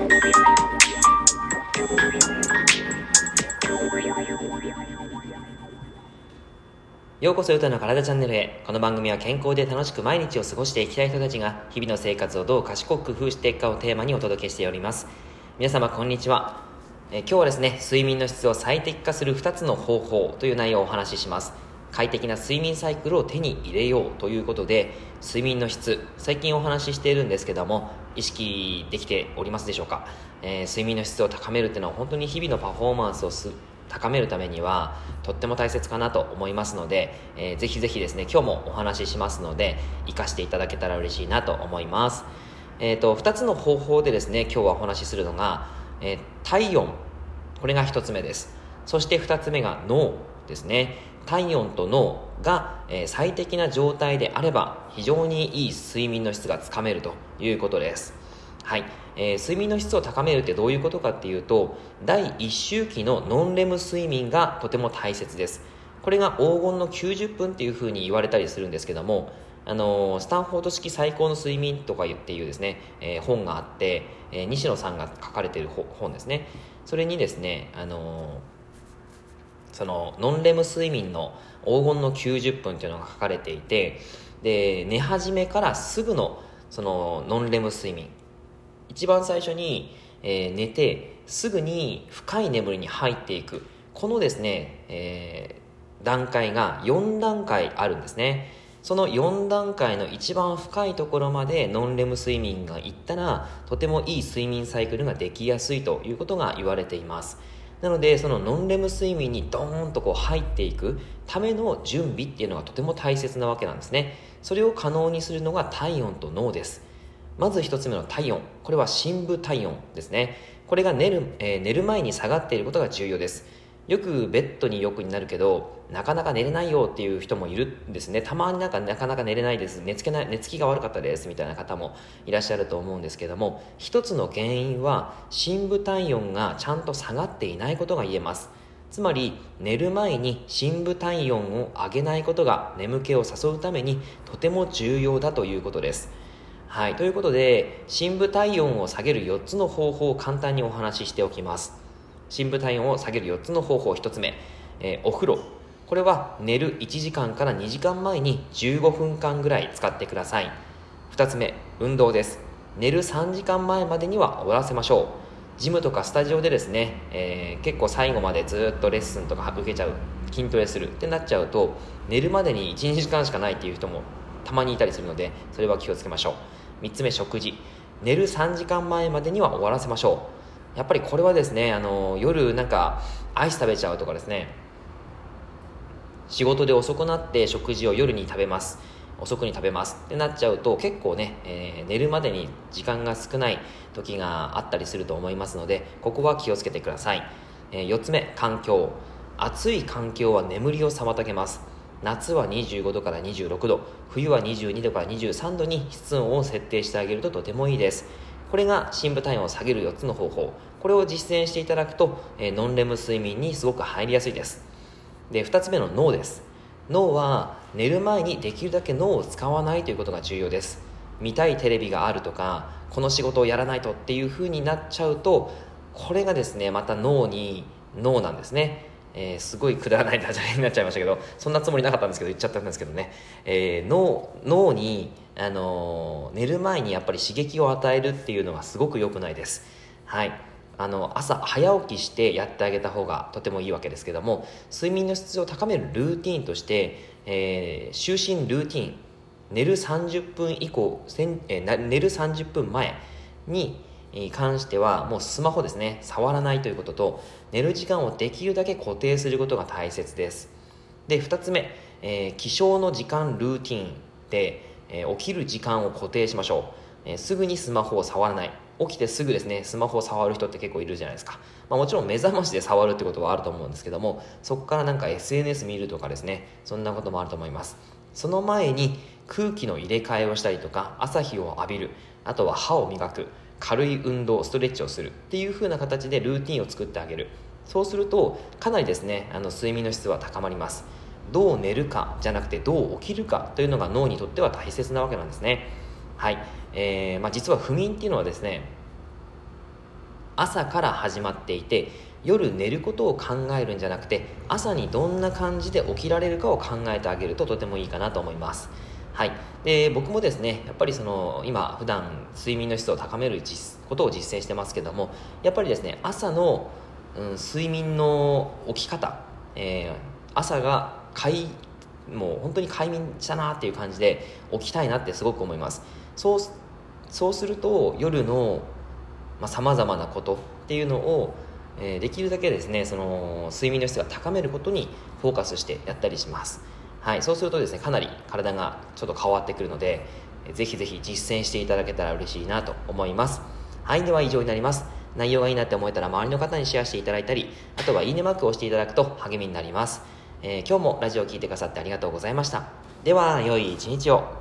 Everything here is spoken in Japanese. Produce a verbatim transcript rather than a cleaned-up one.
ようこそゆたの体チャンネルへ。この番組は健康で楽しく毎日を過ごしていきたい人たちが日々の生活をどう賢く工夫していくかをテーマにお届けしております。皆様こんにちは。え今日はですね、睡眠の質を最適化するふたつの方法という内容をお話しします。快適な睡眠サイクルを手に入れようということで、睡眠の質、最近お話ししているんですけども、意識できておりますでしょうか。えー、睡眠の質を高めるっていうのは本当に日々のパフォーマンスをす高めるためにはとっても大切かなと思いますので、えー、ぜひぜひですね、今日もお話ししますので活かしていただけたら嬉しいなと思います。えーと、ふたつの方法でですね、今日はお話しするのが、えー、体温、これがひとつめです。そしてふたつめが脳ですね。体温と脳が、えー、最適な状態であれば非常にいい睡眠の質がつかめるということです。はい、えー、睡眠の質を高めるってどういうことかっていうと、だいいっ周期のノンレム睡眠がとても大切です。これが黄金のきゅうじゅっぷんっていうふうに言われたりするんですけども、あのー、スタンフォード式最高の睡眠とかっていうですね、えー、本があって、えー、西野さんが書かれている本ですね。それにですね、あのー、そのノンレム睡眠の黄金のきゅうじゅっぷんっていうのが書かれていて、で寝始めからすぐのそのノンレム睡眠、一番最初に、えー、寝てすぐに深い眠りに入っていく、このですね、えー、段階がよんだんかいあるんですね。そのよんだんかいの一番深いところまでノンレム睡眠がいったら、とてもいい睡眠サイクルができやすいということが言われています。なのでそのノンレム睡眠にドーンとこう入っていくための準備っていうのがとても大切なわけなんですね。それを可能にするのが体温と脳です。まず一つ目の体温、これは深部体温ですね。これが寝る、えー、寝る前に下がっていることが重要です。よくベッドによくになるけどなかなか寝れないよっていう人もいるんですね。たまになんかなかなか寝れないです、寝つけない、寝つきが悪かったですみたいな方もいらっしゃると思うんですけども、一つの原因は深部体温がちゃんと下がっていないことが言えます。つまり寝る前に深部体温を上げないことが眠気を誘うためにとても重要だということです。はい、ということで深部体温を下げるよっつの方法を簡単にお話ししておきます。深部体温を下げるよっつの方法、ひとつめ、えー、お風呂。これは寝るいちじかんからにじかんまえにじゅうごふんかんぐらい使ってください。ふたつめ、運動です。寝るさんじかんまえまでには終わらせましょう。ジムとかスタジオでですね、えー、結構最後までずっとレッスンとか受けちゃう、筋トレするってなっちゃうと寝るまでにいち、にじかんしかないっていう人もたまにいたりするので、それは気をつけましょう。みっつめ、食事。寝るさんじかんまえまでには終わらせましょう。やっぱりこれはですね、あの夜なんかアイス食べちゃうとかですね、仕事で遅くなって食事を夜に食べます、遅くに食べますってなっちゃうと結構ね、えー、寝るまでに時間が少ない時があったりすると思いますので、ここは気をつけてください。えー、よっつめ、環境。暑い環境は眠りを妨げます。夏はにじゅうごどからにじゅうろくど、冬はにじゅうにどからにじゅうさんどに室温を設定してあげるととてもいいです。これが深部体温を下げるよっつの方法。これを実践していただくと、えー、ノンレム睡眠にすごく入りやすいです。で、ふたつめの脳です。脳は寝る前にできるだけ脳を使わないということが重要です。見たいテレビがあるとか、この仕事をやらないとっていう風になっちゃうと、これがですね、また脳に脳なんですね。えー、すごいくだらないダジャレになっちゃいましたけど、そんなつもりなかったんですけど言っちゃったんですけどね、えー、脳, 脳に、あのー、寝る前にやっぱり刺激を与えるっていうのはすごく良くないです。はい、あの朝早起きしてやってあげた方がとてもいいわけですけども、睡眠の質を高めるルーティーンとして、えー、就寝ルーティーン、寝るさんじゅっぷん以降、えー、寝るさんじゅっぷんまえに関してはもうスマホですね、触らないということと、寝る時間をできるだけ固定することが大切です。で、ふたつめ、えー、起床の時間ルーティンで、えー、起きる時間を固定しましょう。えー、すぐにスマホを触らない。起きてすぐですね、スマホを触る人って結構いるじゃないですか。まあ、もちろん目覚ましで触るってことはあると思うんですけども、そこからなんか エスエヌエス 見るとかですね、そんなこともあると思います。その前に空気の入れ替えをしたりとか、朝日を浴びる、あとは歯を磨く、軽い運動、ストレッチをするっていう風な形でルーティンを作ってあげる。そうするとかなりですね、あの睡眠の質は高まります。どう寝るかじゃなくてどう起きるかというのが脳にとっては大切なわけなんですね。はい、えーまあ、実は不眠っていうのはですね、 朝から始まっていて、夜寝ることを考えるんじゃなくて、朝にどんな感じで起きられるかを考えてあげるととてもいいかなと思います。はい、で僕もですね、やっぱりその今普段睡眠の質を高める実ことを実践してますけども、やっぱりですね、朝の、うん、睡眠の起き方、えー、朝が快もう本当に快眠したなっていう感じで起きたいなってすごく思います。そうそうすると夜のさまざ、まなことっていうのを、えー、できるだけですね、その睡眠の質が高めることにフォーカスしてやったりします。はい、そうするとですね、かなり体がちょっと変わってくるので、ぜひぜひ実践していただけたら嬉しいなと思います。はい、では以上になります。内容がいいなって思えたら周りの方にシェアしていただいたり、あとはいいねマークを押していただくと励みになります。えー、今日もラジオを聞いてくださってありがとうございました。では良い一日を。